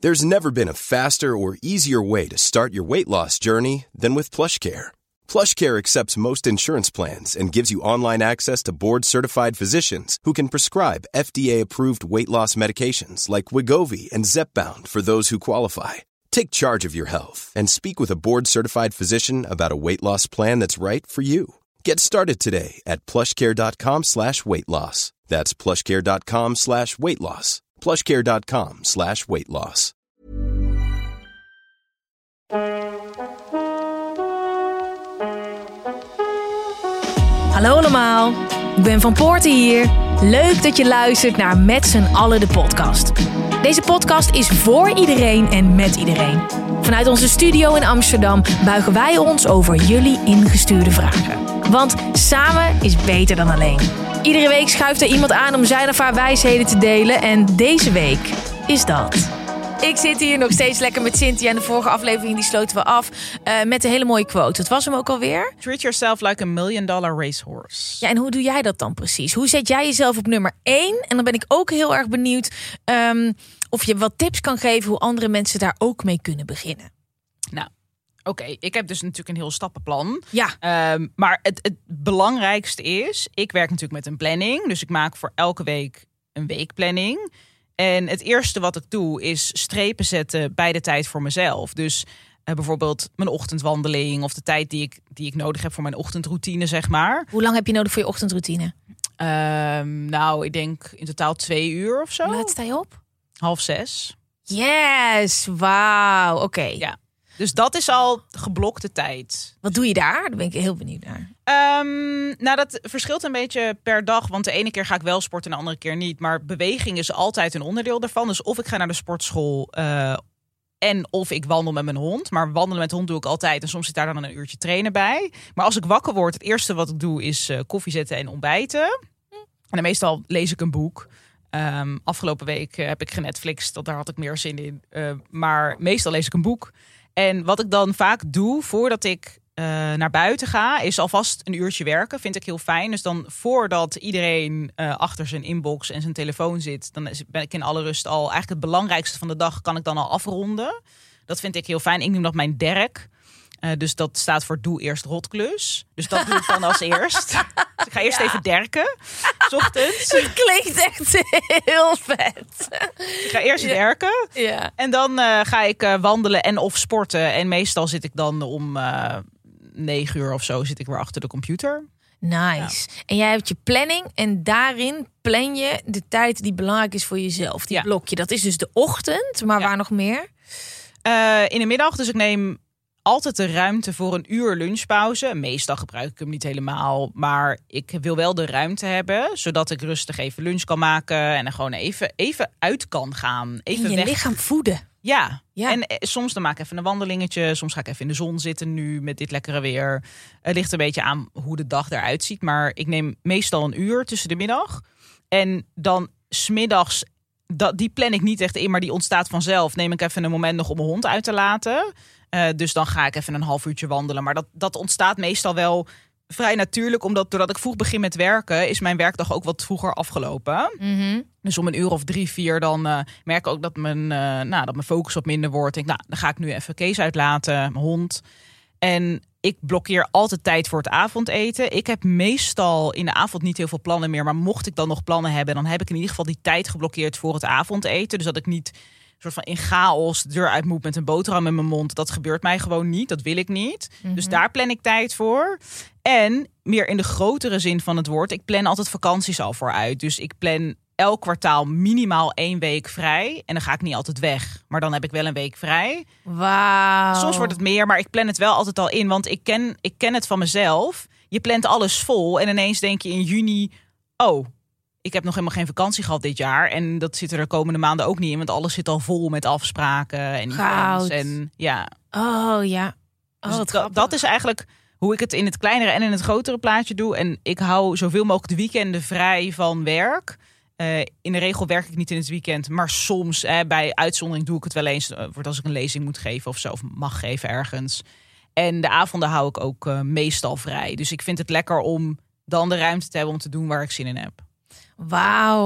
There's never been a faster or easier way to start your weight loss journey than with PlushCare. PlushCare accepts most insurance plans and gives you online access to board-certified physicians who can prescribe FDA-approved weight loss medications like Wegovy and Zepbound for those who qualify. Take charge of your health and speak with a board-certified physician about a weight loss plan that's right for you. Get started today at plushcare.com/weightloss. That's plushcare.com/weightloss. plushcare.com/weightloss. Hallo allemaal, ik ben Van Poorten hier. Leuk dat je luistert naar Met z'n allen de podcast. Deze podcast is voor iedereen en met iedereen. Vanuit onze studio in Amsterdam buigen wij ons over jullie ingestuurde vragen. Want samen is beter dan alleen. Iedere week schuift er iemand aan om zijn of haar wijsheden te delen. En deze week is dat. Ik zit hier nog steeds lekker met Cynthia. En de vorige aflevering die sloten we af met een hele mooie quote. Wat was hem ook alweer? Treat yourself like $1 million racehorse. Ja, en hoe doe jij dat dan precies? Hoe zet jij jezelf op nummer 1? En dan ben ik ook heel erg benieuwd of je wat tips kan geven hoe andere mensen daar ook mee kunnen beginnen. Nou, oké. Ik heb dus natuurlijk een heel stappenplan. Ja. Maar het belangrijkste is, ik werk natuurlijk met een planning. Dus ik maak voor elke week een weekplanning. En het eerste wat ik doe is strepen zetten bij de tijd voor mezelf. Dus bijvoorbeeld mijn ochtendwandeling of de tijd die ik nodig heb voor mijn ochtendroutine, zeg maar. Hoe lang heb je nodig voor je ochtendroutine? Nou, ik denk in totaal 2 uur of zo. Hoe laat sta je op? 5:30. Yes, wauw, oké. Ja. Dus dat is al geblokte tijd. Wat doe je daar? Daar ben ik heel benieuwd naar. Nou, dat verschilt een beetje per dag. Want de ene keer ga ik wel sporten en de andere keer niet. Maar beweging is altijd een onderdeel daarvan. Dus of ik ga naar de sportschool en of ik wandel met mijn hond. Maar wandelen met de hond doe ik altijd. En soms zit daar dan een uurtje trainen bij. Maar als ik wakker word, het eerste wat ik doe is koffie zetten en ontbijten. En dan meestal lees ik een boek. Afgelopen week heb ik genetflixt. Daar had ik meer zin in. Maar meestal lees ik een boek. En wat ik dan vaak doe voordat ik naar buiten ga, is alvast een uurtje werken. Vind ik heel fijn. Dus dan voordat iedereen achter zijn inbox en zijn telefoon zit, dan ben ik in alle rust al. Eigenlijk het belangrijkste van de dag kan ik dan al afronden. Dat vind ik heel fijn. Ik noem dat mijn derk. Dus dat staat voor doe eerst rotklus. Dus dat doe ik dan als eerst. Dus ik ga eerst even derken. 's Ochtends. Het klinkt echt heel vet. Ik ga eerst derken. Ja. En dan ga ik wandelen en of sporten. En meestal zit ik dan om 9 uur of zo zit ik weer achter de computer. Nice. Ja. En jij hebt je planning en daarin plan je de tijd die belangrijk is voor jezelf. Die blokje, dat is dus de ochtend. Maar waar nog meer? In de middag, dus ik neem altijd de ruimte voor een uur lunchpauze. Meestal gebruik ik hem niet helemaal. Maar ik wil wel de ruimte hebben, zodat ik rustig even lunch kan maken. En dan gewoon even uit kan gaan. Even en je weg. lichaam voeden. Ja. En soms dan maak ik even een wandelingetje. Soms ga ik even in de zon zitten nu met dit lekkere weer. Het ligt een beetje aan hoe de dag eruit ziet. Maar ik neem meestal een uur tussen de middag. En dan 's middags, die plan ik niet echt in, maar die ontstaat vanzelf. Neem ik even een moment nog om mijn hond uit te laten. Dus dan ga ik even een half uurtje wandelen. Maar dat ontstaat meestal wel vrij natuurlijk. Omdat doordat ik vroeg begin met werken, is mijn werkdag ook wat vroeger afgelopen. Mm-hmm. Dus om 1 uur of 3, 4 dan merk ik ook dat mijn focus wat minder wordt. Ik denk, dan ga ik nu even Kees uitlaten, mijn hond. En ik blokkeer altijd tijd voor het avondeten. Ik heb meestal in de avond niet heel veel plannen meer. Maar mocht ik dan nog plannen hebben, dan heb ik in ieder geval die tijd geblokkeerd voor het avondeten. Dus dat ik niet soort van in chaos de deur uit moet met een boterham in mijn mond. Dat gebeurt mij gewoon niet. Dat wil ik niet. Mm-hmm. Dus daar plan ik tijd voor. En meer in de grotere zin van het woord, ik plan altijd vakanties al vooruit. Dus ik plan elk kwartaal minimaal 1 week vrij. En dan ga ik niet altijd weg. Maar dan heb ik wel een week vrij. Wauw. Soms wordt het meer, maar ik plan het wel altijd al in. Want ik ken het van mezelf. Je plant alles vol en ineens denk je in juni, oh, ik heb nog helemaal geen vakantie gehad dit jaar. En dat zit er de komende maanden ook niet in. Want alles zit al vol met afspraken en events. En ja. Oh ja. Dus dat is eigenlijk hoe ik het in het kleinere en in het grotere plaatje doe. En ik hou zoveel mogelijk de weekenden vrij van werk. In de regel werk ik niet in het weekend. Maar soms bij uitzondering doe ik het wel eens. Wordt als ik een lezing moet geven of zo. Of mag geven ergens. En de avonden hou ik ook meestal vrij. Dus ik vind het lekker om dan de ruimte te hebben om te doen waar ik zin in heb. Wauw.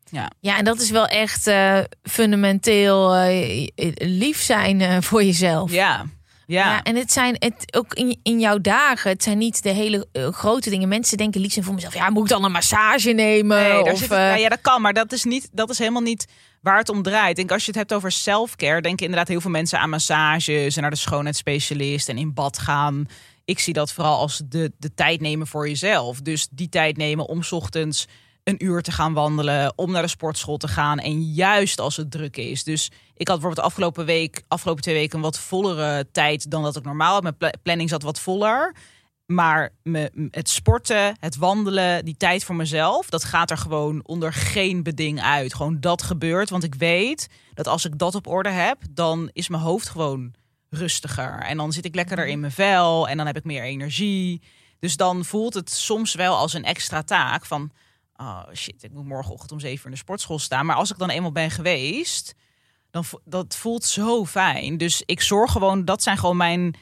Ja, en dat is wel echt fundamenteel lief zijn voor jezelf. Ja, en het zijn ook in jouw dagen. Het zijn niet de hele grote dingen. Mensen denken lief zijn voor mezelf. Ja, moet ik dan een massage nemen? Nee, dat kan, maar dat is helemaal niet waar het om draait. Ik denk, als je het hebt over self-care, denken inderdaad heel veel mensen aan massages en naar de schoonheidsspecialist en in bad gaan. Ik zie dat vooral als de tijd nemen voor jezelf. Dus die tijd nemen om 's ochtends een uur te gaan wandelen, om naar de sportschool te gaan. En juist als het druk is. Dus ik had bijvoorbeeld afgelopen 2 weken een wat vollere tijd dan dat ik normaal had. Mijn planning zat wat voller. Maar het sporten, het wandelen, die tijd voor mezelf, dat gaat er gewoon onder geen beding uit. Gewoon dat gebeurt. Want ik weet dat als ik dat op orde heb, dan is mijn hoofd gewoon rustiger. En dan zit ik lekkerder in mijn vel en dan heb ik meer energie. Dus dan voelt het soms wel als een extra taak van, oh shit, ik moet morgenochtend om 7 uur in de sportschool staan. Maar als ik dan eenmaal ben geweest, dan dat voelt zo fijn. Dus ik zorg gewoon, dat zijn gewoon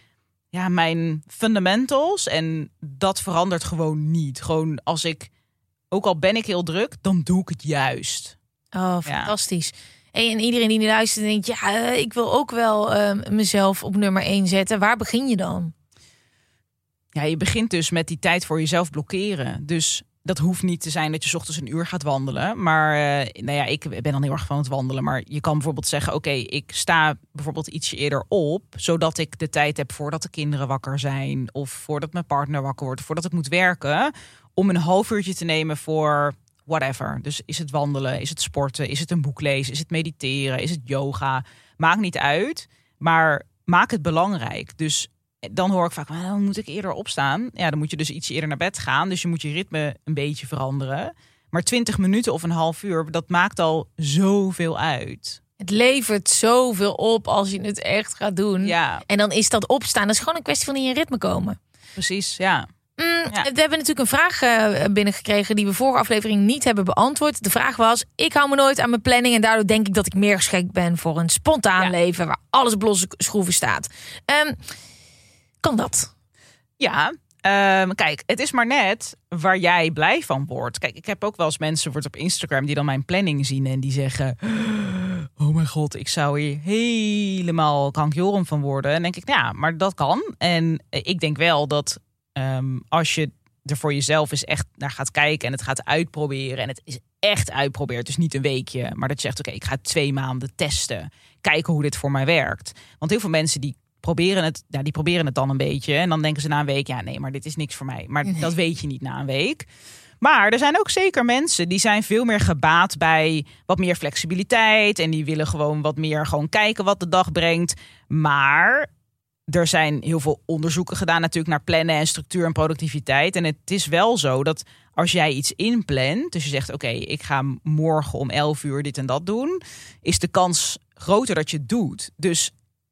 mijn fundamentals. En dat verandert gewoon niet. Gewoon ook al ben ik heel druk, dan doe ik het juist. Oh, fantastisch. En iedereen die nu luistert denkt, ik wil ook wel mezelf op nummer 1 zetten. Waar begin je dan? Ja, je begint dus met die tijd voor jezelf blokkeren. Dus dat hoeft niet te zijn dat je 's ochtends een uur gaat wandelen. Maar ik ben dan heel erg van het wandelen. Maar je kan bijvoorbeeld zeggen, oké, ik sta bijvoorbeeld ietsje eerder op, zodat ik de tijd heb voordat de kinderen wakker zijn, of voordat mijn partner wakker wordt, voordat ik moet werken, om een half uurtje te nemen voor whatever. Dus is het wandelen, is het sporten, is het een boek lezen, is het mediteren, is het yoga. Maakt niet uit, maar maak het belangrijk. Dus dan hoor ik vaak, dan moet ik eerder opstaan. Ja, dan moet je dus iets eerder naar bed gaan. Dus je moet je ritme een beetje veranderen. Maar 20 minuten of een half uur, dat maakt al zoveel uit. Het levert zoveel op als je het echt gaat doen. Ja. En dan is dat opstaan. Dat is gewoon een kwestie van in je ritme komen. Precies, ja. We hebben natuurlijk een vraag binnengekregen die we vorige aflevering niet hebben beantwoord. De vraag was, ik hou me nooit aan mijn planning en daardoor denk ik dat ik meer geschikt ben voor een spontaan leven waar alles op losse schroeven staat. Kan dat? Ja, kijk, het is maar net waar jij blij van wordt. Kijk, ik heb ook wel eens mensen op Instagram die dan mijn planning zien en die zeggen, oh mijn god, ik zou hier helemaal krankjorum van worden. En dan denk ik, maar dat kan. En ik denk wel dat als je er voor jezelf eens echt naar gaat kijken en het gaat uitproberen, en het is echt uitprobeert, dus niet een weekje, maar dat je zegt, oké, ik ga 2 maanden testen, kijken hoe dit voor mij werkt. Want heel veel mensen die proberen het dan een beetje en dan denken ze na een week, nee, maar dit is niks voor mij. Maar dat weet je niet na een week. Maar er zijn ook zeker mensen die zijn veel meer gebaat bij wat meer flexibiliteit en die willen gewoon wat meer gewoon kijken wat de dag brengt. Maar er zijn heel veel onderzoeken gedaan natuurlijk naar plannen en structuur en productiviteit. En het is wel zo dat als jij iets inplant, dus je zegt, oké, ik ga morgen om 11 uur dit en dat doen, is de kans groter dat je het doet. Dus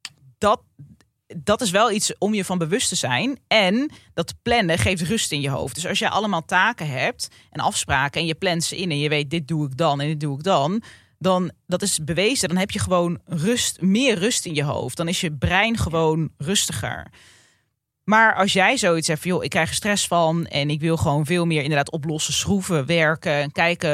dat is wel iets om je van bewust te zijn. En dat plannen geeft rust in je hoofd. Dus als jij allemaal taken hebt en afspraken en je plant ze in en je weet, dit doe ik dan en dit doe ik dan dat is bewezen. Dan heb je gewoon meer rust in je hoofd. Dan is je brein gewoon rustiger. Maar als jij zoiets hebt van, joh, ik krijg er stress van en ik wil gewoon veel meer inderdaad op losse schroeven werken,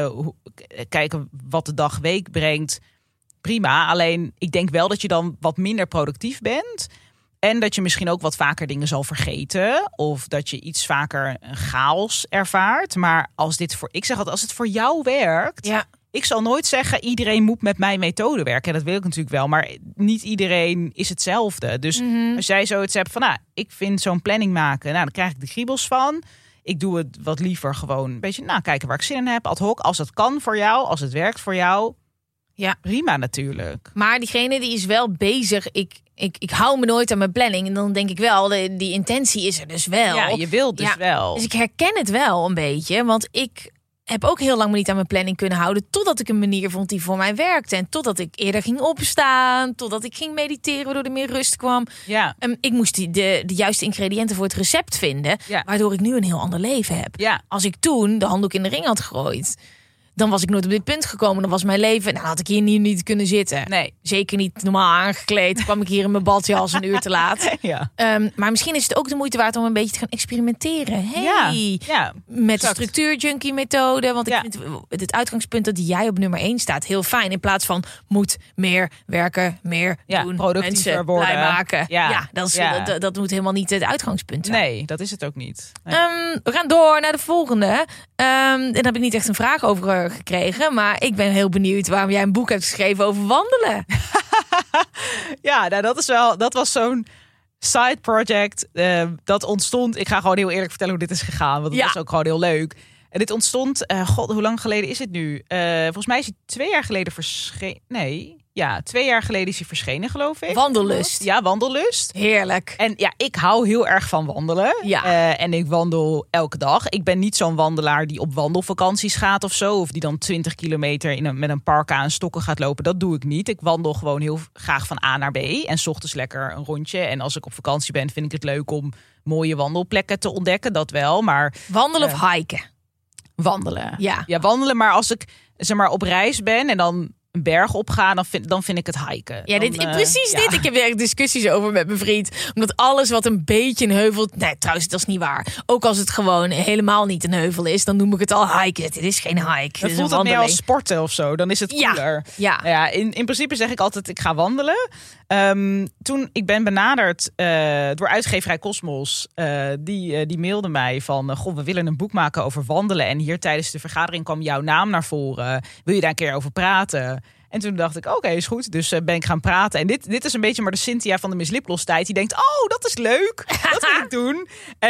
kijken wat de dag week brengt, prima. Alleen ik denk wel dat je dan wat minder productief bent. En dat je misschien ook wat vaker dingen zal vergeten. Of dat je iets vaker een chaos ervaart. Maar ik zeg altijd, als het voor jou werkt. Ja. Ik zal nooit zeggen, iedereen moet met mijn methode werken. Dat wil ik natuurlijk wel. Maar niet iedereen is hetzelfde. Dus als jij zoiets hebt van, ik vind zo'n planning maken. Dan krijg ik de kriebels van. Ik doe het wat liever gewoon een beetje, kijken waar ik zin in heb. Ad hoc, als het kan voor jou, als het werkt voor jou. Ja, prima natuurlijk. Maar diegene die is wel bezig. Ik hou me nooit aan mijn planning. En dan denk ik wel, die intentie is er dus wel. Ja, je wilt dus wel. Dus ik herken het wel een beetje. Want ik heb ook heel lang me niet aan mijn planning kunnen houden. Totdat ik een manier vond die voor mij werkte. En totdat ik eerder ging opstaan. Totdat ik ging mediteren, waardoor er meer rust kwam. Ja. Ik moest de juiste ingrediënten voor het recept vinden. Ja. Waardoor ik nu een heel ander leven heb. Ja. Als ik toen de handdoek in de ring had gegooid, dan was ik nooit op dit punt gekomen. Dan was mijn leven, nou had ik hier niet kunnen zitten. Nee. Zeker niet normaal aangekleed. Kwam ik hier in mijn badjas een uur te laat. Ja. Maar misschien is het ook de moeite waard om een beetje te gaan experimenteren. Met de structuurjunkie methode. Want ik vind het uitgangspunt dat jij op nummer 1 staat heel fijn. In plaats van moet meer werken, meer doen, productiever worden, blij maken. Dat moet helemaal niet het uitgangspunt zijn. Nee, dat is het ook niet. Nee. We gaan door naar de volgende. En daar heb ik niet echt een vraag over gekregen. Maar ik ben heel benieuwd waarom jij een boek hebt geschreven over wandelen. Ja, nou, dat was zo'n side project. Dat ontstond. Ik ga gewoon heel eerlijk vertellen hoe dit is gegaan. Want het was ook gewoon heel leuk. En dit ontstond, hoe lang geleden is het nu? Volgens mij is hij 2 jaar geleden verschenen. Nee, 2 jaar geleden is hij verschenen, geloof ik. Wandellust. Ja, Wandellust. Heerlijk. En ja, ik hou heel erg van wandelen. Ja. En ik wandel elke dag. Ik ben niet zo'n wandelaar die op wandelvakanties gaat of zo. Of die dan 20 kilometer met een parka aan stokken gaat lopen. Dat doe ik niet. Ik wandel gewoon heel graag van A naar B. En 's ochtends lekker een rondje. En als ik op vakantie ben, vind ik het leuk om mooie wandelplekken te ontdekken. Dat wel, maar... Wandelen of hiken? Wandelen. Ja, wandelen. Maar als ik op reis ben en dan een berg opga, dan vind ik het hiken. Ja, dit. Ik heb er discussies over met mijn vriend. Omdat alles wat een beetje een heuvel... Nee, trouwens, dat is niet waar. Ook als het gewoon helemaal niet een heuvel is, dan noem ik het al hiken. Dit is geen hike. Dan voelt het meer als sporten of zo. Dan is het cooler. Ja. In principe zeg ik altijd, ik ga wandelen. Toen ik ben benaderd door uitgeverij Cosmos. Die mailde mij van... we willen een boek maken over wandelen. En hier tijdens de vergadering kwam jouw naam naar voren. Wil je daar een keer over praten? En toen dacht ik, oké, is goed. Dus ben ik gaan praten. En dit is een beetje maar de Cynthia van de Miss Lipgloss tijd. Die denkt, dat is leuk. Dat wil ik doen.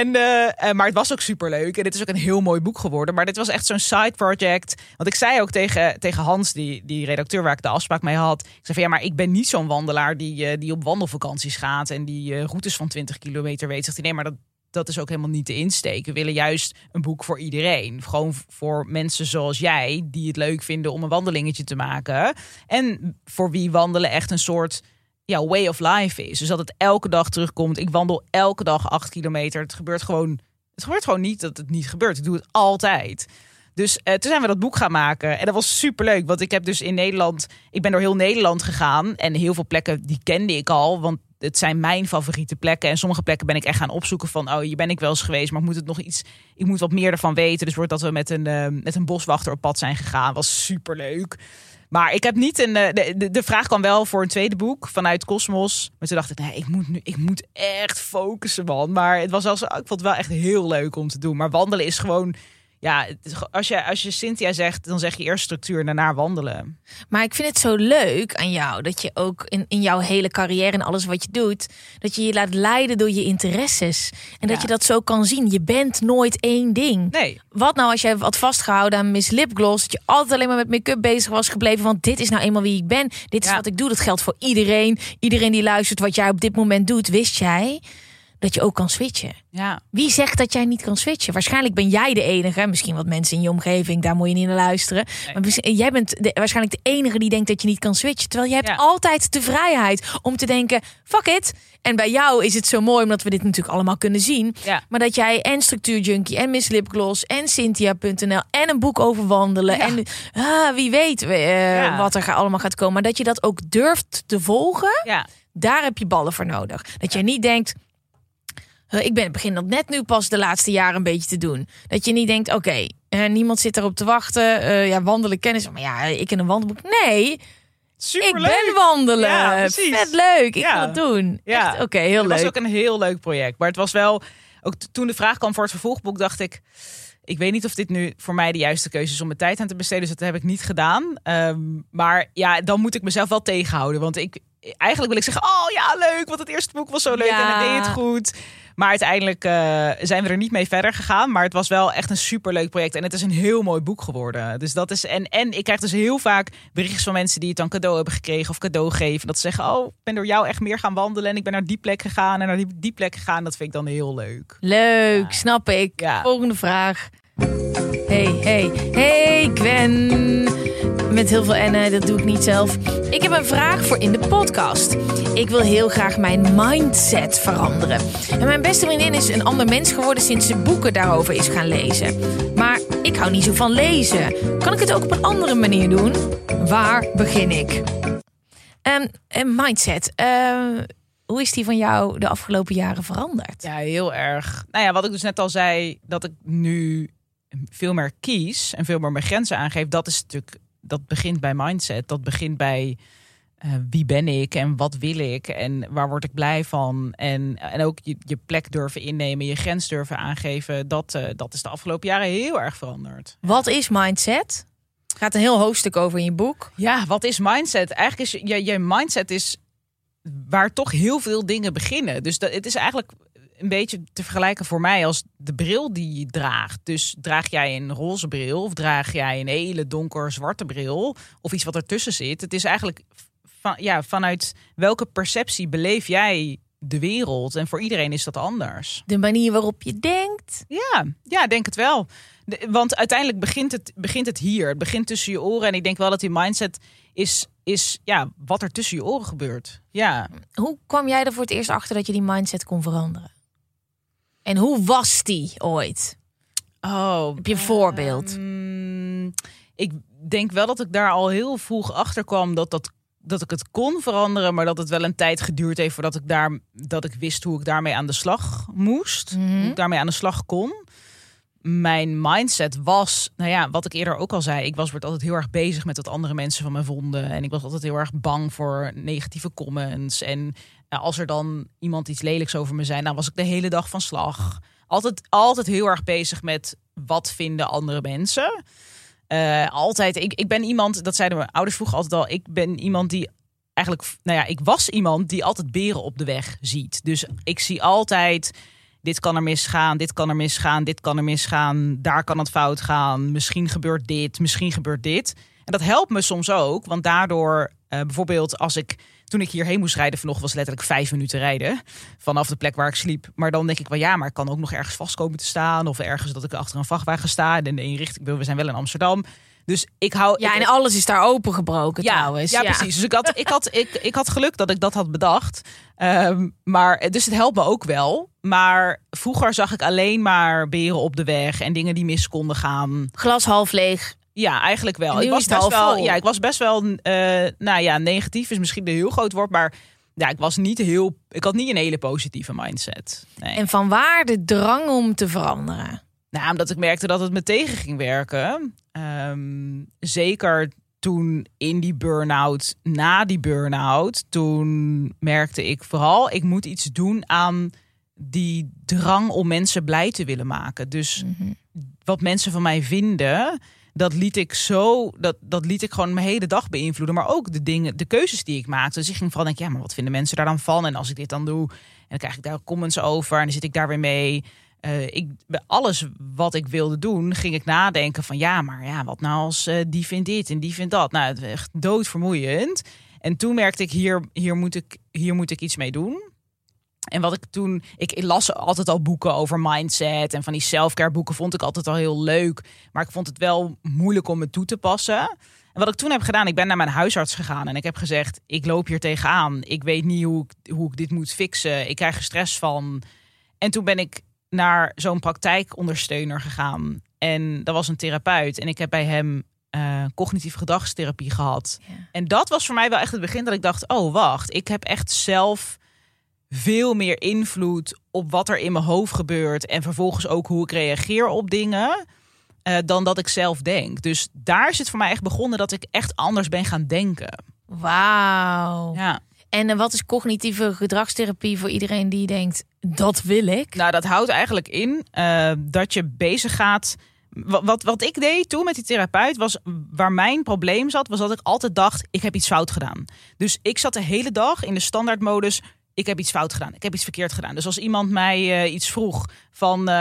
Maar het was ook superleuk. En dit is ook een heel mooi boek geworden. Maar dit was echt zo'n side project. Want ik zei ook tegen Hans, die redacteur waar ik de afspraak mee had. Ik zei van, maar ik ben niet zo'n wandelaar die op wandelvakanties gaat. En die routes van 20 kilometer weet. Zegt hij, nee, maar dat is ook helemaal niet de insteek. We willen juist een boek voor iedereen. Gewoon voor mensen zoals jij, die het leuk vinden om een wandelingetje te maken. En voor wie wandelen echt een soort way of life is. Dus dat het elke dag terugkomt. Ik wandel elke dag 8 kilometer. Het gebeurt gewoon niet dat het niet gebeurt. Ik doe het altijd. Dus toen zijn we dat boek gaan maken. En dat was superleuk. Want ik heb dus in Nederland... Ik ben door heel Nederland gegaan. En heel veel plekken, die kende ik al. Want het zijn mijn favoriete plekken. En sommige plekken ben ik echt gaan opzoeken van... hier ben ik wel eens geweest, maar ik moet wat meer ervan weten. Dus wordt dat we met een boswachter op pad zijn gegaan. Was superleuk. Maar ik heb niet de vraag kwam wel voor een tweede boek vanuit Cosmos. Maar toen dacht ik, nee, ik moet echt focussen, man. Maar ik vond het wel echt heel leuk om te doen. Maar wandelen is gewoon... Ja, als je Cynthia zegt, dan zeg je eerst structuur en daarna wandelen. Maar ik vind het zo leuk aan jou, dat je ook in jouw hele carrière en alles wat je doet, dat je je laat leiden door je interesses. En dat je dat zo kan zien. Je bent nooit één ding. Nee. Wat nou als jij had vastgehouden aan Miss Lipgloss, dat je altijd alleen maar met make-up bezig was gebleven, want dit is nou eenmaal wie ik ben. Dit is wat ik doe. Dat geldt voor iedereen. Iedereen die luistert wat jij op dit moment doet. Wist jij dat je ook kan switchen? Ja. Wie zegt dat jij niet kan switchen? Waarschijnlijk ben jij de enige. Misschien wat mensen in je omgeving, daar moet je niet naar luisteren. Nee. Maar jij bent waarschijnlijk de enige die denkt dat je niet kan switchen. Terwijl jij hebt altijd de vrijheid om te denken, fuck it. En bij jou is het zo mooi, omdat we dit natuurlijk allemaal kunnen zien. Ja. Maar dat jij en Structuurjunkie en Miss Lipgloss en Cynthia.nl en een boek over wandelen. Ja. En wie weet wat er allemaal gaat komen. Maar dat je dat ook durft te volgen. Ja. Daar heb je ballen voor nodig. Dat jij niet denkt, ik begin dat net nu pas de laatste jaren een beetje te doen. Dat je niet denkt, oké, niemand zit erop te wachten. Wandelen kennis. Maar ik in een wandelboek. Nee, superleuk. Ik ben wandelen. Ja, vet leuk. Ik ga het doen. Ja. Echt, oké, heel leuk. Het was ook een heel leuk project. Maar het was wel, ook toen de vraag kwam voor het vervolgboek, dacht ik weet niet of dit nu voor mij de juiste keuze is om mijn tijd aan te besteden. Dus dat heb ik niet gedaan. Maar dan moet ik mezelf wel tegenhouden. Want eigenlijk wil ik zeggen, leuk, want het eerste boek was zo leuk en ik deed het goed. Maar uiteindelijk zijn we er niet mee verder gegaan. Maar het was wel echt een superleuk project. En het is een heel mooi boek geworden. Dus dat is. En ik krijg dus heel vaak berichtjes van mensen die het dan cadeau hebben gekregen of cadeau geven. Dat ze zeggen, ik ben door jou echt meer gaan wandelen. En ik ben naar die plek gegaan en naar die plek gegaan. Dat vind ik dan heel leuk. Leuk, snap ik. Ja. Volgende vraag. Hey, Gwen. Met heel veel N'en, dat doe ik niet zelf. Ik heb een vraag voor in de podcast. Ik wil heel graag mijn mindset veranderen. En mijn beste vriendin is een ander mens geworden sinds ze boeken daarover is gaan lezen. Maar ik hou niet zo van lezen. Kan ik het ook op een andere manier doen? Waar begin ik? Mindset. Hoe is die van jou de afgelopen jaren veranderd? Ja, heel erg. Nou ja, wat ik dus net al zei, dat ik nu veel meer kies en veel meer mijn grenzen aangeef. Dat begint bij mindset. Dat begint bij wie ben ik en wat wil ik en waar word ik blij van. En ook je plek durven innemen, je grens durven aangeven. Dat is de afgelopen jaren heel erg veranderd. Wat is mindset? Er gaat een heel hoofdstuk over in je boek. Ja, wat is mindset? Eigenlijk is je mindset is waar toch heel veel dingen beginnen. Dus het is eigenlijk een beetje te vergelijken voor mij als de bril die je draagt. Dus draag jij een roze bril of draag jij een hele donker zwarte bril of iets wat ertussen zit. Het is eigenlijk vanuit welke perceptie beleef jij de wereld? En voor iedereen is dat anders. De manier waarop je denkt. Ja, denk het wel. Want uiteindelijk begint het hier. Het begint tussen je oren. En ik denk wel dat die mindset is wat er tussen je oren gebeurt. Ja. Hoe kwam jij er voor het eerst achter dat je die mindset kon veranderen? En hoe was die ooit? Heb je een voorbeeld? Ik denk wel dat ik daar al heel vroeg achter kwam dat ik het kon veranderen, maar dat het wel een tijd geduurd heeft voordat dat ik wist hoe ik daarmee aan de slag moest. Hoe ik daarmee aan de slag kon. Mijn mindset was, wat ik eerder ook al zei, ik werd altijd heel erg bezig met wat andere mensen van me vonden. En ik was altijd heel erg bang voor negatieve comments. En als er dan iemand iets lelijks over me zei, dan was ik de hele dag van slag. Altijd heel erg bezig met wat vinden andere mensen. Ik ben iemand, dat zeiden mijn ouders vroeger altijd al, ik ben iemand die eigenlijk, ik was iemand die altijd beren op de weg ziet. Dus ik zie altijd, dit kan er misgaan, dit kan er misgaan, dit kan er misgaan, daar kan het fout gaan, misschien gebeurt dit, misschien gebeurt dit. En dat helpt me soms ook, want daardoor, bijvoorbeeld toen ik hierheen moest rijden vanochtend, was letterlijk 5 minuten rijden vanaf de plek waar ik sliep. Maar dan denk ik wel, maar ik kan ook nog ergens vast komen te staan of ergens dat ik achter een vrachtwagen sta en in de richting. We zijn wel in Amsterdam. Dus ik hou. Ja, en alles is daar opengebroken trouwens. Ja, precies. Dus ik had geluk dat ik dat had bedacht. Dus het helpt me ook wel. Maar vroeger zag ik alleen maar beren op de weg en dingen die mis konden gaan. Glas half leeg. Ja, eigenlijk wel. Ik was best wel negatief is misschien een heel groot woord, maar ik had niet een hele positieve mindset. Nee. En vanwaar de drang om te veranderen? Omdat ik merkte dat het me tegen ging werken. Zeker toen in die burn-out, na die burn-out, toen merkte ik vooral, ik moet iets doen aan die drang om mensen blij te willen maken. Dus wat mensen van mij vinden, dat liet ik gewoon mijn hele dag beïnvloeden. Maar ook de keuzes die ik maakte. Dus ik ging vooral denken, maar wat vinden mensen daar dan van? En als ik dit dan doe, en dan krijg ik daar comments over en dan zit ik daar weer mee. Bij alles wat ik wilde doen, ging ik nadenken van wat nou als die vindt dit en die vindt dat. Het is echt doodvermoeiend. En toen merkte ik, hier moet ik iets mee doen. En wat ik toen, ik las altijd al boeken over mindset en van die self-care boeken vond ik altijd al heel leuk. Maar ik vond het wel moeilijk om het toe te passen. En wat ik toen heb gedaan, ik ben naar mijn huisarts gegaan en ik heb gezegd, ik loop hier tegenaan. Ik weet niet hoe ik dit moet fixen. Ik krijg er stress van. En toen ben ik naar zo'n praktijkondersteuner gegaan. En dat was een therapeut. En ik heb bij hem cognitieve gedragstherapie gehad. Ja. En dat was voor mij wel echt het begin dat ik dacht, oh wacht, ik heb echt zelf veel meer invloed op wat er in mijn hoofd gebeurt. En vervolgens ook hoe ik reageer op dingen. Dan dat ik zelf denk. Dus daar is het voor mij echt begonnen dat ik echt anders ben gaan denken. Wauw. Ja. En wat is cognitieve gedragstherapie voor iedereen die denkt, dat wil ik? Dat houdt eigenlijk in dat je bezig gaat. Wat ik deed toen met die therapeut was, waar mijn probleem zat, was dat ik altijd dacht, ik heb iets fout gedaan. Dus ik zat de hele dag in de standaardmodus, ik heb iets fout gedaan. Ik heb iets verkeerd gedaan. Dus als iemand mij iets vroeg van,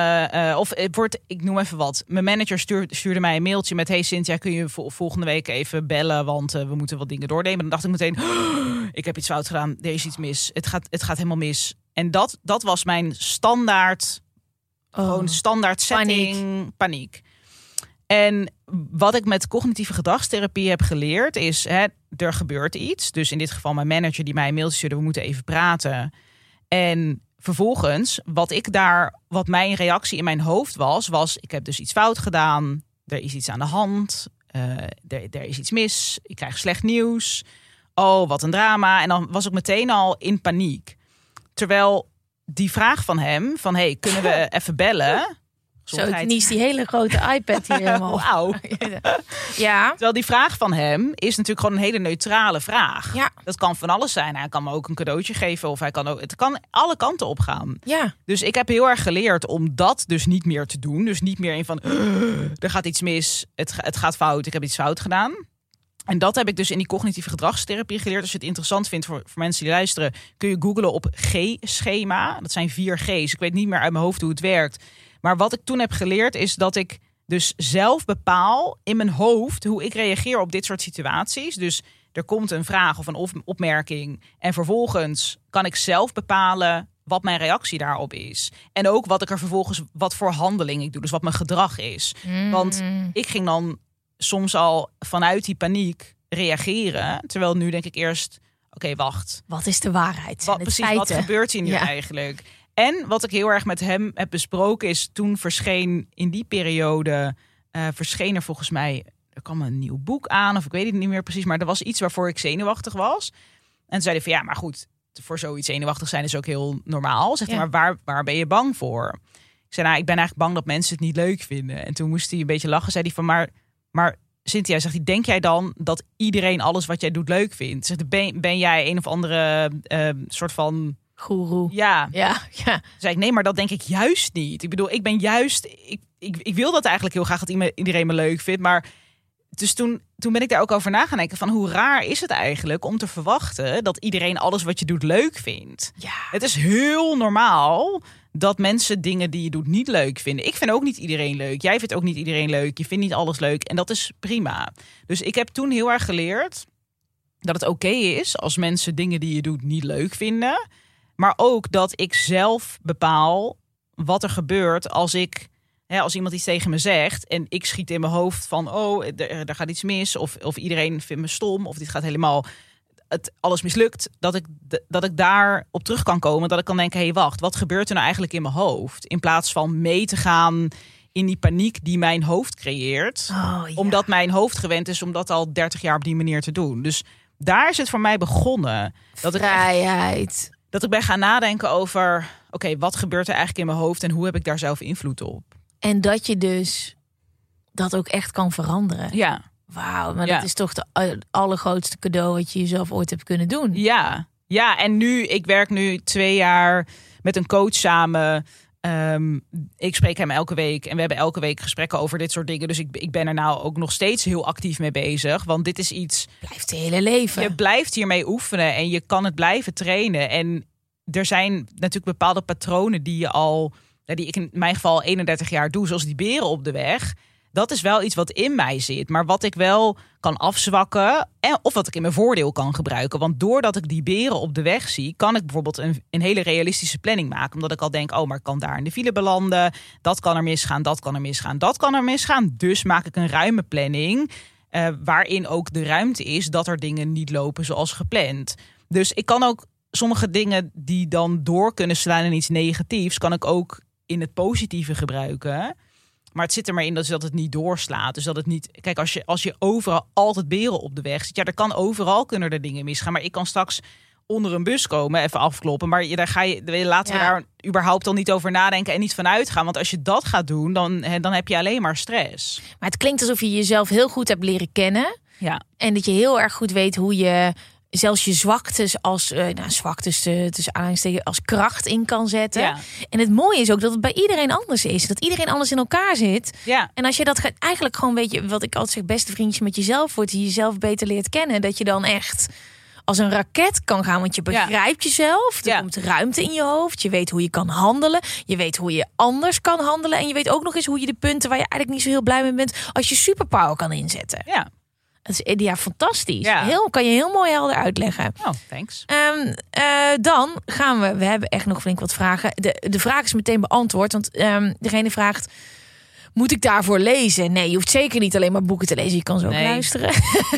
ik noem even wat. Mijn manager stuurde mij een mailtje met, hey Cynthia, kun je volgende week even bellen, want we moeten wat dingen doornemen. Dan dacht ik meteen, ik heb iets fout gedaan. Er is iets mis. Het gaat helemaal mis. En dat was mijn standaard, gewoon standaard setting, paniek. En wat ik met cognitieve gedragstherapie heb geleerd is, er gebeurt iets. Dus in dit geval mijn manager die mij een mailtje stuurde, we moeten even praten. En vervolgens, wat mijn reactie in mijn hoofd was, ik heb dus iets fout gedaan. er is iets aan de hand. Er is iets mis. Ik krijg slecht nieuws. Oh, wat een drama. En dan was ik meteen al in paniek. Terwijl die vraag van hem, van hey, kunnen we even bellen? Zo kniest die hele grote iPad hier helemaal. Wauw. Ja. Terwijl die vraag van hem is natuurlijk gewoon een hele neutrale vraag. Ja. Dat kan van alles zijn. Hij kan me ook een cadeautje geven of het kan alle kanten op gaan. Ja. Dus ik heb heel erg geleerd om dat dus niet meer te doen. Dus niet meer in van, er gaat iets mis, het gaat fout, ik heb iets fout gedaan. En dat heb ik dus in die cognitieve gedragstherapie geleerd. Als je het interessant vindt voor mensen die luisteren, kun je googlen op G-schema. Dat zijn 4 G's. Ik weet niet meer uit mijn hoofd hoe het werkt. Maar wat ik toen heb geleerd is dat ik dus zelf bepaal in mijn hoofd hoe ik reageer op dit soort situaties. Dus er komt een vraag of een opmerking en vervolgens kan ik zelf bepalen wat mijn reactie daarop is. En ook wat ik er vervolgens, wat voor handeling ik doe. Dus wat mijn gedrag is. Want ik ging dan soms al vanuit die paniek reageren. Terwijl nu denk ik eerst, oké, wacht. Wat is de waarheid? Wat gebeurt hier nu eigenlijk? En wat ik heel erg met hem heb besproken is, toen verscheen in die periode, verscheen er volgens mij, er kwam een nieuw boek aan, of ik weet het niet meer precies, maar er was iets waarvoor ik zenuwachtig was. En toen zei hij van ja, maar goed, voor zoiets zenuwachtig zijn is ook heel normaal. Zegt hij, maar waar ben je bang voor? Ik zei, nou, ik ben eigenlijk bang dat mensen het niet leuk vinden. En toen moest hij een beetje lachen, zei hij van, maar Cynthia, zegt hij, denk jij dan dat iedereen alles wat jij doet leuk vindt? Zegt, ben jij een of andere soort van goeroe? Ja. Zei ik, nee, maar dat denk ik juist niet. Ik bedoel, ik ben juist, ik wil dat eigenlijk heel graag dat iedereen me leuk vindt, maar dus toen ben ik daar ook over na gaan denken van hoe raar is het eigenlijk om te verwachten dat iedereen alles wat je doet leuk vindt. Ja. Het is heel normaal dat mensen dingen die je doet niet leuk vinden. Ik vind ook niet iedereen leuk. Jij vindt ook niet iedereen leuk. Je vindt niet alles leuk. En dat is prima. Dus ik heb toen heel erg geleerd dat het oké is als mensen dingen die je doet niet leuk vinden. Maar ook dat ik zelf bepaal wat er gebeurt als iemand iets tegen me zegt en ik schiet in mijn hoofd van er gaat iets mis of iedereen vindt me stom of dit gaat helemaal alles mislukt, dat ik daar op terug kan komen, dat ik kan denken, hé, wacht, wat gebeurt er nou eigenlijk in mijn hoofd? In plaats van mee te gaan in die paniek die mijn hoofd creëert, omdat mijn hoofd gewend is om dat al 30 jaar op die manier te doen. Dus daar is het voor mij begonnen. Vrijheid. Dat ik ben gaan nadenken over, oké, wat gebeurt er eigenlijk in mijn hoofd en hoe heb ik daar zelf invloed op? En dat je dus dat ook echt kan veranderen. Ja. Wauw, maar dat is toch de allergrootste cadeau wat je jezelf ooit hebt kunnen doen. Ja, en ik werk nu 2 jaar met een coach samen. Ik spreek hem elke week en we hebben elke week gesprekken over dit soort dingen. Dus ik ben er nou ook nog steeds heel actief mee bezig. Want dit is iets... Blijft het hele leven. Je blijft hiermee oefenen en je kan het blijven trainen. En er zijn natuurlijk bepaalde patronen die ik in mijn geval al 31 jaar doe. Zoals die beren op de weg. Dat is wel iets wat in mij zit. Maar wat ik wel kan afzwakken. Of wat ik in mijn voordeel kan gebruiken. Want doordat ik die beren op de weg zie, kan ik bijvoorbeeld een hele realistische planning maken. Omdat ik al denk, maar ik kan daar in de file belanden. Dat kan er misgaan, dat kan er misgaan, dat kan er misgaan. Dus maak ik een ruime planning. Waarin ook de ruimte is dat er dingen niet lopen zoals gepland. Dus ik kan ook sommige dingen die dan door kunnen slaan in iets negatiefs, kan ik ook in het positieve gebruiken. Maar het zit er maar in dat het niet doorslaat. Dus dat het niet. Kijk, als je overal altijd beren op de weg ziet, er kan overal kunnen er dingen misgaan. Maar ik kan straks onder een bus komen, even afkloppen. Maar laten we daar überhaupt al niet over nadenken en niet van uitgaan. Want als je dat gaat doen, dan heb je alleen maar stress. Maar het klinkt alsof je jezelf heel goed hebt leren kennen. Ja. En dat je heel erg goed weet hoe je zelfs je zwaktes als tussen aanhalingstekens als kracht in kan zetten. Ja. En het mooie is ook dat het bij iedereen anders is. Dat iedereen anders in elkaar zit. Ja. En als je dat eigenlijk gewoon, weet je, wat ik altijd zeg, beste vriendje met jezelf wordt, die jezelf beter leert kennen, dat je dan echt als een raket kan gaan. Want je begrijpt jezelf. Er komt ruimte in je hoofd. Je weet hoe je kan handelen. Je weet hoe je anders kan handelen. En je weet ook nog eens hoe je de punten waar je eigenlijk niet zo heel blij mee bent, als je superpower kan inzetten. Ja. Dat is fantastisch. Ja. Kan je heel mooi helder uitleggen. Oh, thanks. Dan gaan we hebben echt nog flink wat vragen. De vraag is meteen beantwoord. Want degene vraagt, moet ik daarvoor lezen? Nee, je hoeft zeker niet alleen maar boeken te lezen. Je kan ze ook luisteren.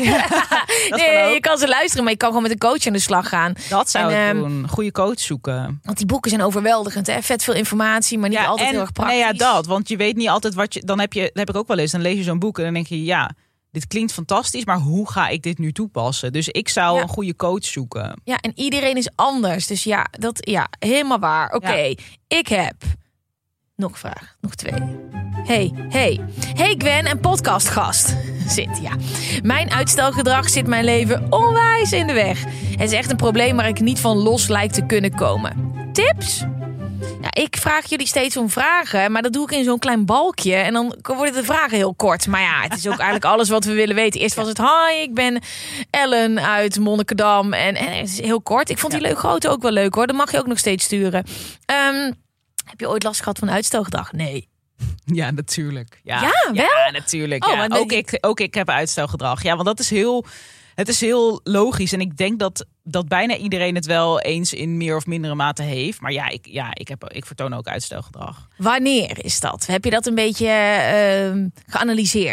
Je kan ze luisteren, maar je kan gewoon met een coach aan de slag gaan. Dat zou ik doen. Goede coach zoeken. Want die boeken zijn overweldigend. Hè? Vet veel informatie, maar niet altijd heel erg praktisch. Nee, dat. Want je weet niet altijd wat je... Dan heb ik ook wel eens. Dan lees je zo'n boek en dan denk je... dit klinkt fantastisch, maar hoe ga ik dit nu toepassen? Dus ik zou een goede coach zoeken. Ja, en iedereen is anders. Dus helemaal waar. Oké, ik heb... Nog een vraag. Nog 2. Hey Gwen en podcastgast. Cynthia. Mijn uitstelgedrag zit mijn leven onwijs in de weg. Het is echt een probleem waar ik niet van los lijkt te kunnen komen. Tips? Ja, ik vraag jullie steeds om vragen, maar dat doe ik in zo'n klein balkje. En dan worden de vragen heel kort. Maar ja, het is ook eigenlijk alles wat we willen weten. Eerst was het, hi, ik ben Ellen uit Monnikendam. En het is heel kort. Ik vond die leuk grote ook wel leuk hoor. Dat mag je ook nog steeds sturen. Heb je ooit last gehad van uitstelgedrag? Nee. Ja, natuurlijk. Ja, wel? Ja, natuurlijk. Oh, ja. Ook ik heb uitstelgedrag. Ja, want dat is het is heel logisch. En ik denk dat bijna iedereen het wel eens in meer of mindere mate heeft. Maar ik vertoon ook uitstelgedrag. Wanneer is dat? Heb je dat een beetje geanalyseerd?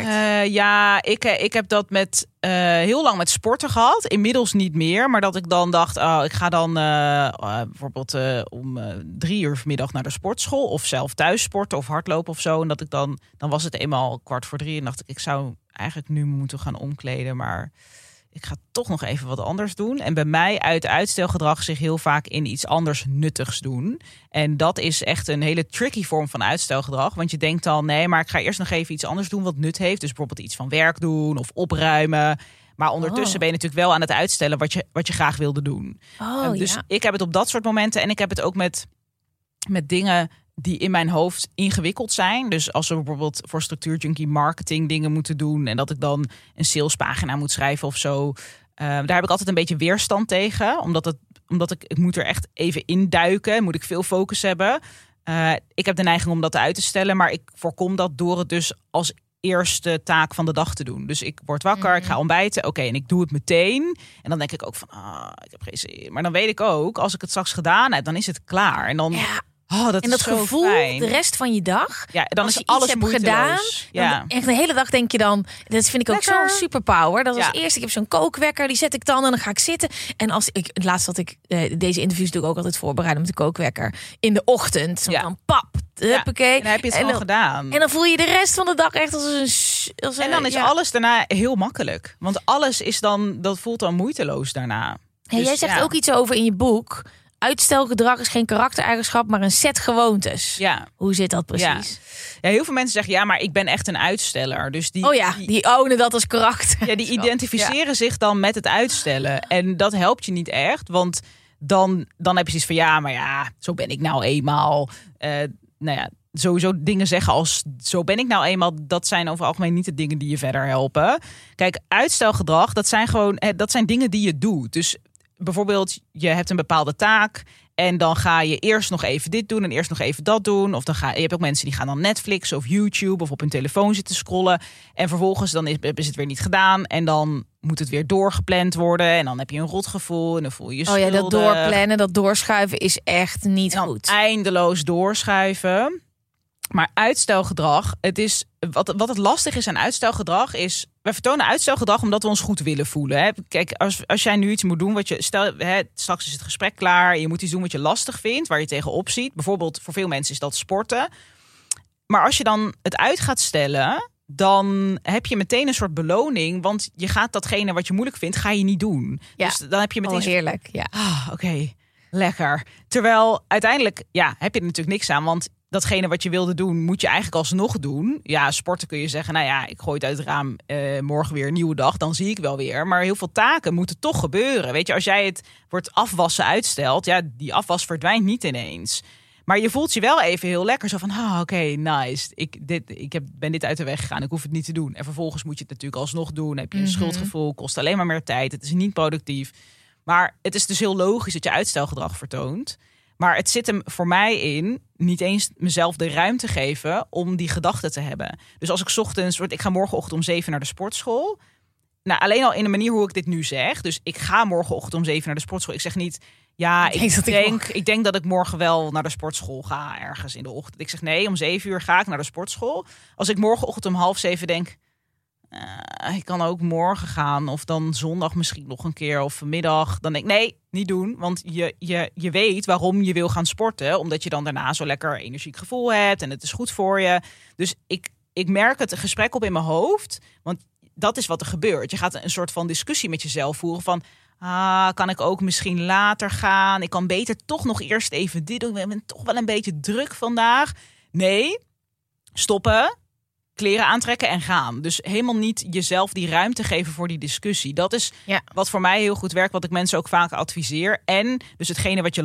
Ik heb dat heel lang met sporten gehad. Inmiddels niet meer. Maar dat ik dan dacht, ik ga dan bijvoorbeeld om 3 uur vanmiddag naar de sportschool. Of zelf thuis sporten of hardlopen of zo. En dat ik dan was het eenmaal 2:45. En dacht ik zou eigenlijk nu moeten gaan omkleden. Maar ik ga toch nog even wat anders doen. En bij mij uitstelgedrag zich heel vaak in iets anders nuttigs doen. En dat is echt een hele tricky vorm van uitstelgedrag. Want je denkt dan, nee, maar ik ga eerst nog even iets anders doen wat nut heeft. Dus bijvoorbeeld iets van werk doen of opruimen. Maar ondertussen ben je natuurlijk wel aan het uitstellen wat je graag wilde doen. Dus ik heb het op dat soort momenten. En ik heb het ook met dingen die in mijn hoofd ingewikkeld zijn. Dus als we bijvoorbeeld voor Structuurjunkie marketing dingen moeten doen en dat ik dan een salespagina moet schrijven of zo. Daar heb ik altijd een beetje weerstand tegen. Omdat ik moet er echt even induiken. Moet ik veel focus hebben. Ik heb de neiging om dat uit te stellen. Maar ik voorkom dat door het dus als eerste taak van de dag te doen. Dus ik word wakker, ik ga ontbijten. Oké, en ik doe het meteen. En dan denk ik ook van, ik heb geen zin. Maar dan weet ik ook, als ik het straks gedaan heb, dan is het klaar. En dan... Ja. Dat en dat gevoel, fijn. De rest van je dag. Ja, dan als is je alles iets hebt gedaan. Ja. Echt de hele dag denk je dan. Dat vind ik ook zo'n superpower. Dat als eerst, ik heb zo'n kookwekker, die zet ik dan en dan ga ik zitten. En als ik het laatst had ik deze interviews doe ik ook altijd voorbereiden met de kookwekker in de ochtend. Zo dan pap. En dan heb je het gewoon gedaan. En dan voel je de rest van de dag echt en dan is alles daarna heel makkelijk. Want alles is dan, dat voelt dan moeiteloos daarna. Dus, jij zegt ook iets over in je boek. Uitstelgedrag is geen karaktereigenschap, maar een set gewoontes. Ja. Hoe zit dat precies? Ja, heel veel mensen zeggen, maar ik ben echt een uitsteller. Dus die ownen dat als karakter. Ja, die identificeren zich dan met het uitstellen. En dat helpt je niet echt, want dan heb je zoiets van, zo ben ik nou eenmaal. Sowieso dingen zeggen als zo ben ik nou eenmaal, dat zijn over het algemeen niet de dingen die je verder helpen. Kijk, uitstelgedrag, dat zijn dingen die je doet. Dus bijvoorbeeld, je hebt een bepaalde taak en dan ga je eerst nog even dit doen en eerst nog even dat doen. Of je hebt ook mensen die gaan dan Netflix of YouTube of op hun telefoon zitten scrollen. En vervolgens dan is het weer niet gedaan en dan moet het weer doorgepland worden. En dan heb je een rotgevoel en dan voel je je schuldig. Dat doorplannen, dat doorschuiven is echt niet goed. Eindeloos doorschuiven. Maar uitstelgedrag, het is wat het lastig is aan uitstelgedrag is, wij vertonen uitstelgedrag omdat we ons goed willen voelen. Hè? Kijk, als jij nu iets moet doen, straks is het gesprek klaar, je moet iets doen wat je lastig vindt, waar je tegenop ziet. Bijvoorbeeld voor veel mensen is dat sporten. Maar als je dan het uit gaat stellen, dan heb je meteen een soort beloning, want je gaat datgene wat je moeilijk vindt, ga je niet doen. Ja. Dus dan heb je meteen heerlijk. Ja. Oké, lekker. Terwijl uiteindelijk heb je er natuurlijk niks aan, want datgene wat je wilde doen, moet je eigenlijk alsnog doen. Ja, sporten kun je zeggen, ik gooi het uit het raam, morgen weer een nieuwe dag, dan zie ik wel weer. Maar heel veel taken moeten toch gebeuren. Weet je, als jij het wordt afwassen uitstelt, die afwas verdwijnt niet ineens. Maar je voelt je wel even heel lekker, zo van, oké, nice. Ik ben dit uit de weg gegaan, ik hoef het niet te doen. En vervolgens moet je het natuurlijk alsnog doen. Heb je een schuldgevoel, kost alleen maar meer tijd. Het is niet productief. Maar het is dus heel logisch dat je uitstelgedrag vertoont. Maar het zit hem voor mij in niet eens mezelf de ruimte geven om die gedachten te hebben. Dus als ik ga morgenochtend om 7 naar de sportschool. Nou, alleen al in de manier hoe ik dit nu zeg. Dus ik ga morgenochtend om 7 naar de sportschool. Ik zeg niet, Ja, ik denk dat ik morgen wel naar de sportschool ga ergens in de ochtend. Ik zeg nee, om 7 uur ga ik naar de sportschool. Als ik morgenochtend om 6:30 denk, ik kan ook morgen gaan. Of dan zondag misschien nog een keer of vanmiddag. Dan denk ik nee, niet doen. Want je weet waarom je wil gaan sporten. Omdat je dan daarna zo lekker energiek gevoel hebt. En het is goed voor je. Dus ik merk het gesprek op in mijn hoofd. Want dat is wat er gebeurt. Je gaat een soort van discussie met jezelf voeren van... kan ik ook misschien later gaan? Ik kan beter toch nog eerst even dit doen. Ik ben toch wel een beetje druk vandaag. Nee, stoppen, kleren aantrekken en gaan. Dus helemaal niet jezelf die ruimte geven voor die discussie. Dat is wat voor mij heel goed werkt, wat ik mensen ook vaak adviseer. En dus hetgene wat je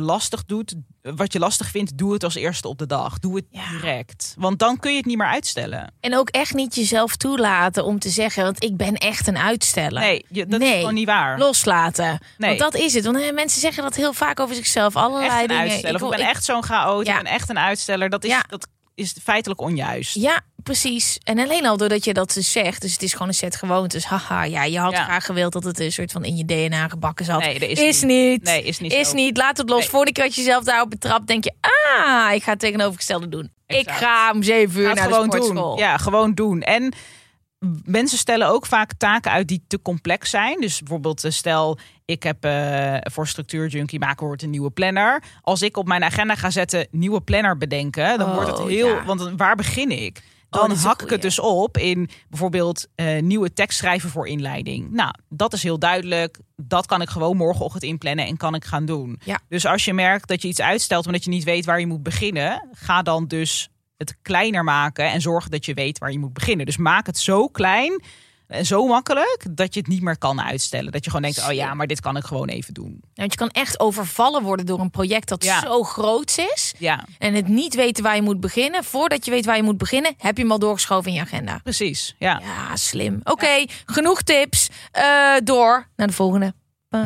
lastig vindt, doe het als eerste op de dag. Doe het direct. Want dan kun je het niet meer uitstellen. En ook echt niet jezelf toelaten om te zeggen, want ik ben echt een uitsteller. Nee, dat is gewoon niet waar. Loslaten. Nee. Want dat is het. Want mensen zeggen dat heel vaak over zichzelf. Allerlei echt een dingen. Uitsteller. Ik ben echt zo'n chaot. Ik ben echt een uitsteller. Dat is feitelijk onjuist. Ja, precies. En alleen al doordat je dat dus zegt. Dus het is gewoon een set gewoontes. Haha, je had graag gewild dat het een soort van in je DNA gebakken zat. Nee, dat is niet. Nee, is niet. Is niet. Laat het los. Voordat je jezelf daarop betrapt, denk je... ik ga het tegenovergestelde doen. Exact. Ik ga om 7 uur naar de sportschool. Doen. Ja, gewoon doen. En mensen stellen ook vaak taken uit die te complex zijn. Dus bijvoorbeeld stel, ik heb voor Structuurjunkie maken wordt een nieuwe planner. Als ik op mijn agenda ga zetten nieuwe planner bedenken, dan wordt het heel... Ja. Want waar begin ik? Dan hak ik het dus op in bijvoorbeeld nieuwe tekst schrijven voor inleiding. Nou, dat is heel duidelijk. Dat kan ik gewoon morgenochtend inplannen en kan ik gaan doen. Ja. Dus als je merkt dat je iets uitstelt omdat je niet weet waar je moet beginnen, ga dan dus het kleiner maken en zorg dat je weet waar je moet beginnen. Dus maak het zo klein en zo makkelijk dat je het niet meer kan uitstellen. Dat je gewoon denkt, maar dit kan ik gewoon even doen. Want je kan echt overvallen worden door een project dat zo groot is. Ja. En het niet weten waar je moet beginnen. Voordat je weet waar je moet beginnen, heb je hem al doorgeschoven in je agenda. Precies, ja. Ja, slim. Oké, genoeg tips. Door naar de volgende.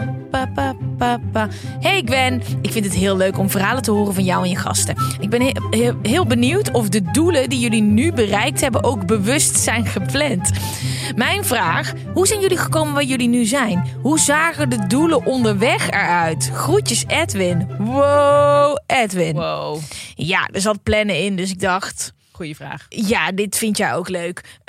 Hey Gwen, ik vind het heel leuk om verhalen te horen van jou en je gasten. Ik ben heel benieuwd of de doelen die jullie nu bereikt hebben ook bewust zijn gepland. Mijn vraag, hoe zijn jullie gekomen waar jullie nu zijn? Hoe zagen de doelen onderweg eruit? Groetjes Edwin. Wow, Edwin. Wow. Ja, er zat plannen in, dus ik dacht... Goeie vraag. Ja, dit vind jij ook leuk.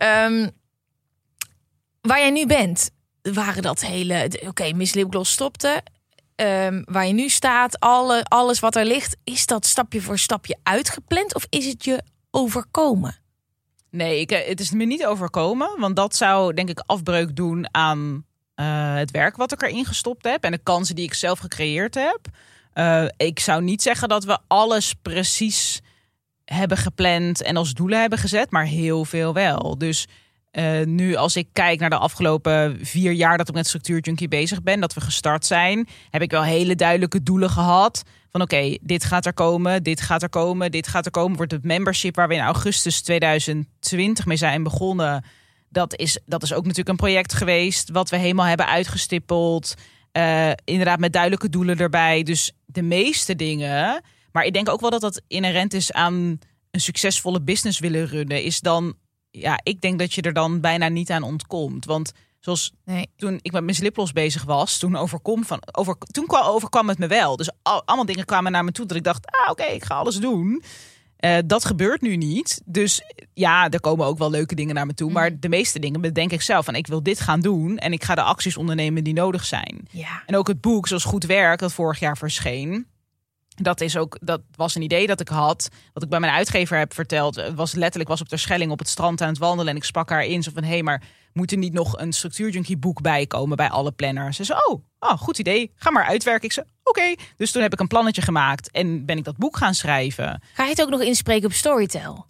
Waar jij nu bent... waren dat hele... Oké, Miss Lipgloss stopte. Waar je nu staat, alles wat er ligt... is dat stapje voor stapje uitgepland of is het je overkomen? Nee, het is me niet overkomen. Want dat zou, denk ik, afbreuk doen aan het werk wat ik erin gestopt heb... en de kansen die ik zelf gecreëerd heb. Ik zou niet zeggen dat we alles precies hebben gepland... en als doelen hebben gezet, maar heel veel wel. Dus... nu als ik kijk naar de afgelopen 4 jaar dat ik met Structuurjunkie bezig ben, dat we gestart zijn, heb ik wel hele duidelijke doelen gehad. Van oké, dit gaat er komen, dit gaat er komen, dit gaat er komen. Wordt het membership waar we in augustus 2020 mee zijn begonnen. Dat is ook natuurlijk een project geweest wat we helemaal hebben uitgestippeld. Inderdaad met duidelijke doelen erbij. Dus de meeste dingen. Maar ik denk ook wel dat dat inherent is aan een succesvolle business willen runnen. Is dan... Ja, ik denk dat je er dan bijna niet aan ontkomt. Want zoals toen ik met Miss Lipgloss bezig was... toen overkwam het me wel. Dus allemaal dingen kwamen naar me toe dat ik dacht... oké, ik ga alles doen. Dat gebeurt nu niet. Dus ja, er komen ook wel leuke dingen naar me toe. Maar de meeste dingen bedenk ik zelf. Van ik wil dit gaan doen en ik ga de acties ondernemen die nodig zijn. Ja. En ook het boek, zoals Goed Werk, dat vorig jaar verscheen... Dat was een idee dat ik had. Wat ik bij mijn uitgever heb verteld. Was op Terschelling op het strand aan het wandelen. En ik sprak haar in. Zo van, maar moet er niet nog een Structuurjunkie boek bij komen bij alle planners? Ze zei, goed idee. Ga maar uitwerken. Ik zei, oké. Dus toen heb ik een plannetje gemaakt. En ben ik dat boek gaan schrijven. Ga je het ook nog inspreken op Storytel?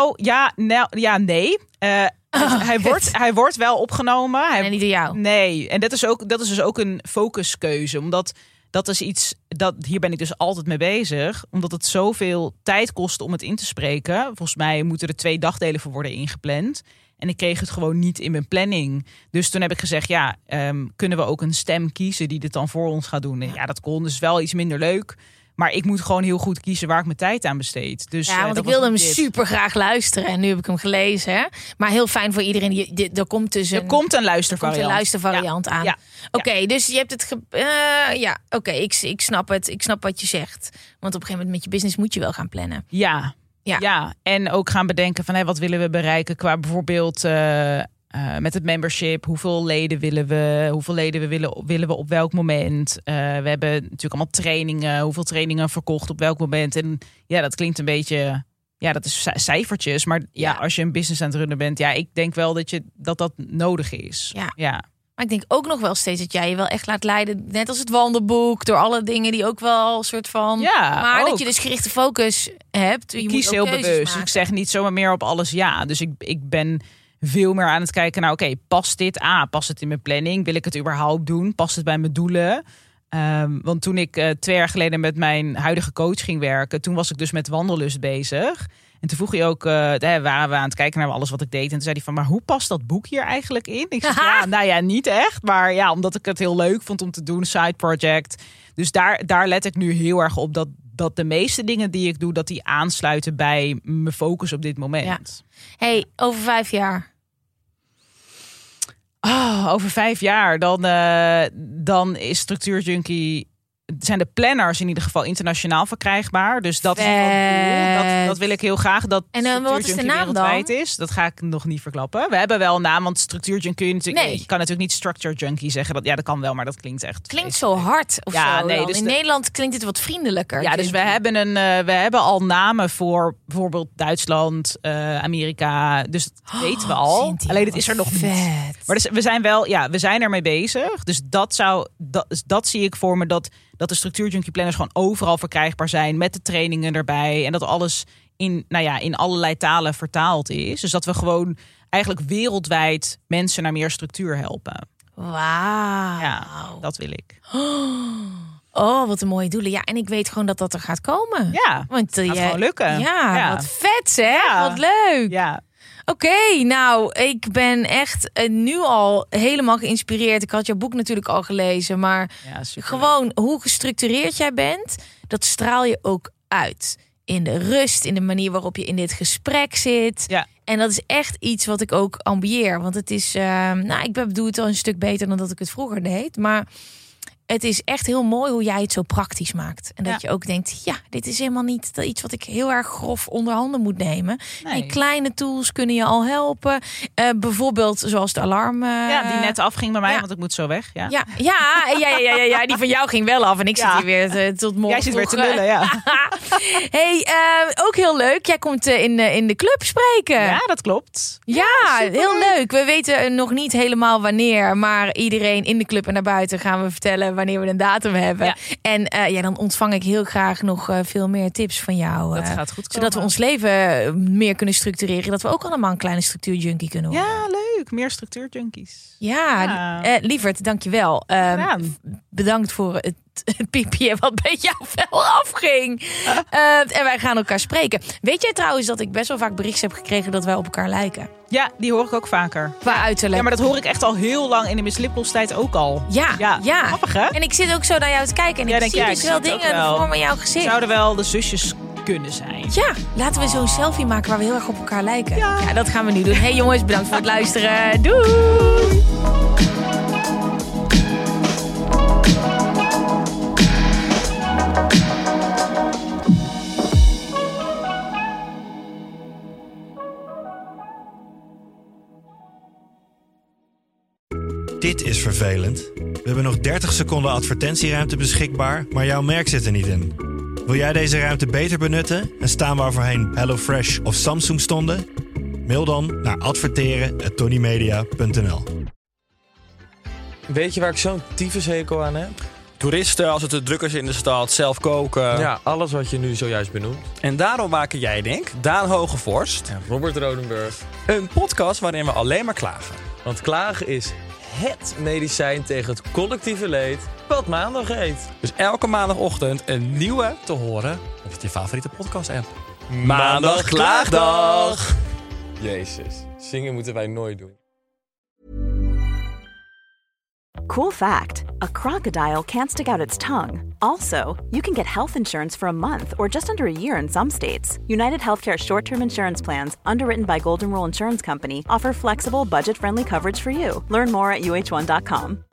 Nee. Hij wordt wel opgenomen. En niet door jou? Nee. En dat is dus ook een focuskeuze. Omdat... Dat is iets, hier ben ik dus altijd mee bezig. Omdat het zoveel tijd kost om het in te spreken. Volgens mij moeten er 2 dagdelen voor worden ingepland. En ik kreeg het gewoon niet in mijn planning. Dus toen heb ik gezegd, kunnen we ook een stem kiezen die dit dan voor ons gaat doen? En ja, dat kon dus wel iets minder leuk. Maar ik moet gewoon heel goed kiezen waar ik mijn tijd aan besteed. Dus, want ik wilde hem super graag luisteren. En nu heb ik hem gelezen. Hè? Maar heel fijn voor iedereen. Er komt dus een luistervariant aan. Ja. Oké, dus je hebt het... ik snap het. Ik snap wat je zegt. Want op een gegeven moment met je business moet je wel gaan plannen. Ja, en ook gaan bedenken van wat willen we bereiken qua bijvoorbeeld met het membership. Hoeveel leden willen we op welk moment? We hebben natuurlijk allemaal trainingen. Hoeveel trainingen verkocht op welk moment? En ja, dat klinkt een beetje... Ja, dat is cijfertjes. Maar als je een business aan het runnen bent... Ja, ik denk wel dat nodig is. Ja. Maar ik denk ook nog wel steeds dat jij je wel echt laat leiden. Net als het wandelboek. Door alle dingen die ook wel een soort van... Ja, maar ook. Dat je dus gerichte focus hebt. Je kies heel bewust. Maken. Ik zeg niet zomaar meer op alles ja. Dus ik ben veel meer aan het kijken naar... Oké, past dit? Past het in mijn planning? Wil ik het überhaupt doen? Past het bij mijn doelen? Want toen ik 2 jaar geleden met mijn huidige coach ging werken... toen was ik dus met Wandellust bezig... En toen vroeg hij ook, waren we aan het kijken naar alles wat ik deed. En toen zei hij van, maar hoe past dat boek hier eigenlijk in? Ik zeg, niet echt. Maar ja, omdat ik het heel leuk vond om te doen, side project. Dus daar let ik nu heel erg op dat de meeste dingen die ik doe... dat die aansluiten bij mijn focus op dit moment. Ja. Hey, over 5 jaar? Over 5 jaar, dan is Structuur Junkie... zijn de planners in ieder geval internationaal verkrijgbaar. Dus dat is dat wil ik heel graag. Dat wat is de naam dan? Is. Dat ga ik nog niet verklappen. We hebben wel een naam, want Structuur Junkie... je kan natuurlijk niet Structure Junkie zeggen. Dat kan wel, maar dat klinkt echt... Klinkt zo hard of zo. Nee, dus in Nederland klinkt het wat vriendelijker. Ja, dus we hebben al namen voor bijvoorbeeld Duitsland, Amerika. Dus dat weten we al. Cynthia, alleen het is er nog niet. Maar dus, we zijn ermee bezig. Dus dat zie ik voor me dat de Structuur Junkie planners gewoon overal verkrijgbaar zijn met de trainingen erbij en dat alles in allerlei talen vertaald is. Dus dat we gewoon eigenlijk wereldwijd mensen naar meer structuur helpen. Wauw. Ja, dat wil ik. Oh, wat een mooie doelen. Ja, en ik weet gewoon dat er gaat komen. Ja, want het gaat gewoon lukken. Ja, wat vet zeg. Ja. Wat leuk. Ja. Oké, nou, ik ben echt nu al helemaal geïnspireerd. Ik had jouw boek natuurlijk al gelezen, maar gewoon hoe gestructureerd jij bent, dat straal je ook uit. In de rust, in de manier waarop je in dit gesprek zit. Ja. En dat is echt iets wat ik ook ambieer. Want het is, ik doe het al een stuk beter dan dat ik het vroeger deed. Maar het is echt heel mooi hoe jij het zo praktisch maakt. En dat je ook denkt, dit is helemaal niet iets wat ik heel erg grof onder handen moet nemen. Nee. Kleine tools kunnen je al helpen. Bijvoorbeeld zoals de alarm. Die net afging bij mij, want ik moet zo weg. Ja, die van jou ging wel af. En ik zit hier weer tot morgen. Jij zit weer te lullen, ja. Hey, ook heel leuk. Jij komt in de club spreken. Ja, dat klopt. Ja, heel leuk. We weten nog niet helemaal wanneer. Maar iedereen in de club en naar buiten gaan we vertellen wanneer we een datum hebben. Ja. En dan ontvang ik heel graag nog veel meer tips van jou. Dat gaat goed komen. Zodat we ons leven meer kunnen structureren. Dat we ook allemaal een kleine structuurjunkie kunnen worden. Ja, leuk. Meer structuurjunkies. Ja. Lievert, dankjewel. Bedankt voor het piepje wat bij jouw vel afging. En wij gaan elkaar spreken. Weet jij trouwens dat ik best wel vaak berichten heb gekregen dat wij op elkaar lijken? Ja, die hoor ik ook vaker. Qua uiterlijk. Ja, maar dat hoor ik echt al heel lang in de Miss Lipgloss tijd ook al. Ja. Grappig, hè? En ik zit ook zo naar jou te kijken en ik zie dus wel dingen voor me jouw gezicht. Zouden wel de zusjes kunnen zijn. Ja, laten we zo'n selfie maken waar we heel erg op elkaar lijken. Ja, dat gaan we nu doen. Hey jongens, bedankt voor het luisteren. Doei! Dit is vervelend. We hebben nog 30 seconden advertentieruimte beschikbaar, maar jouw merk zit er niet in. Wil jij deze ruimte beter benutten en staan waar voorheen HelloFresh of Samsung stonden? Mail dan naar adverteren@tonymedia.nl. Weet je waar ik zo'n tyfushekel aan heb? Toeristen, als het te druk is in de stad, zelf koken. Ja, alles wat je nu zojuist benoemt. En daarom maken jij, Daan Hogevorst en Robert Rodenburg een podcast waarin we alleen maar klagen. Want klagen is het medicijn tegen het collectieve leed wat maandag heet. Dus elke maandagochtend een nieuwe te horen op je favoriete podcast-app. Maandag Klaagdag! Jezus, zingen moeten wij nooit doen. Cool fact, a crocodile can't stick out its tongue. Also, you can get health insurance for a month or just under a year in some states. United Healthcare short-term insurance plans, underwritten by Golden Rule Insurance Company, offer flexible, budget-friendly coverage for you. Learn more at uh1.com.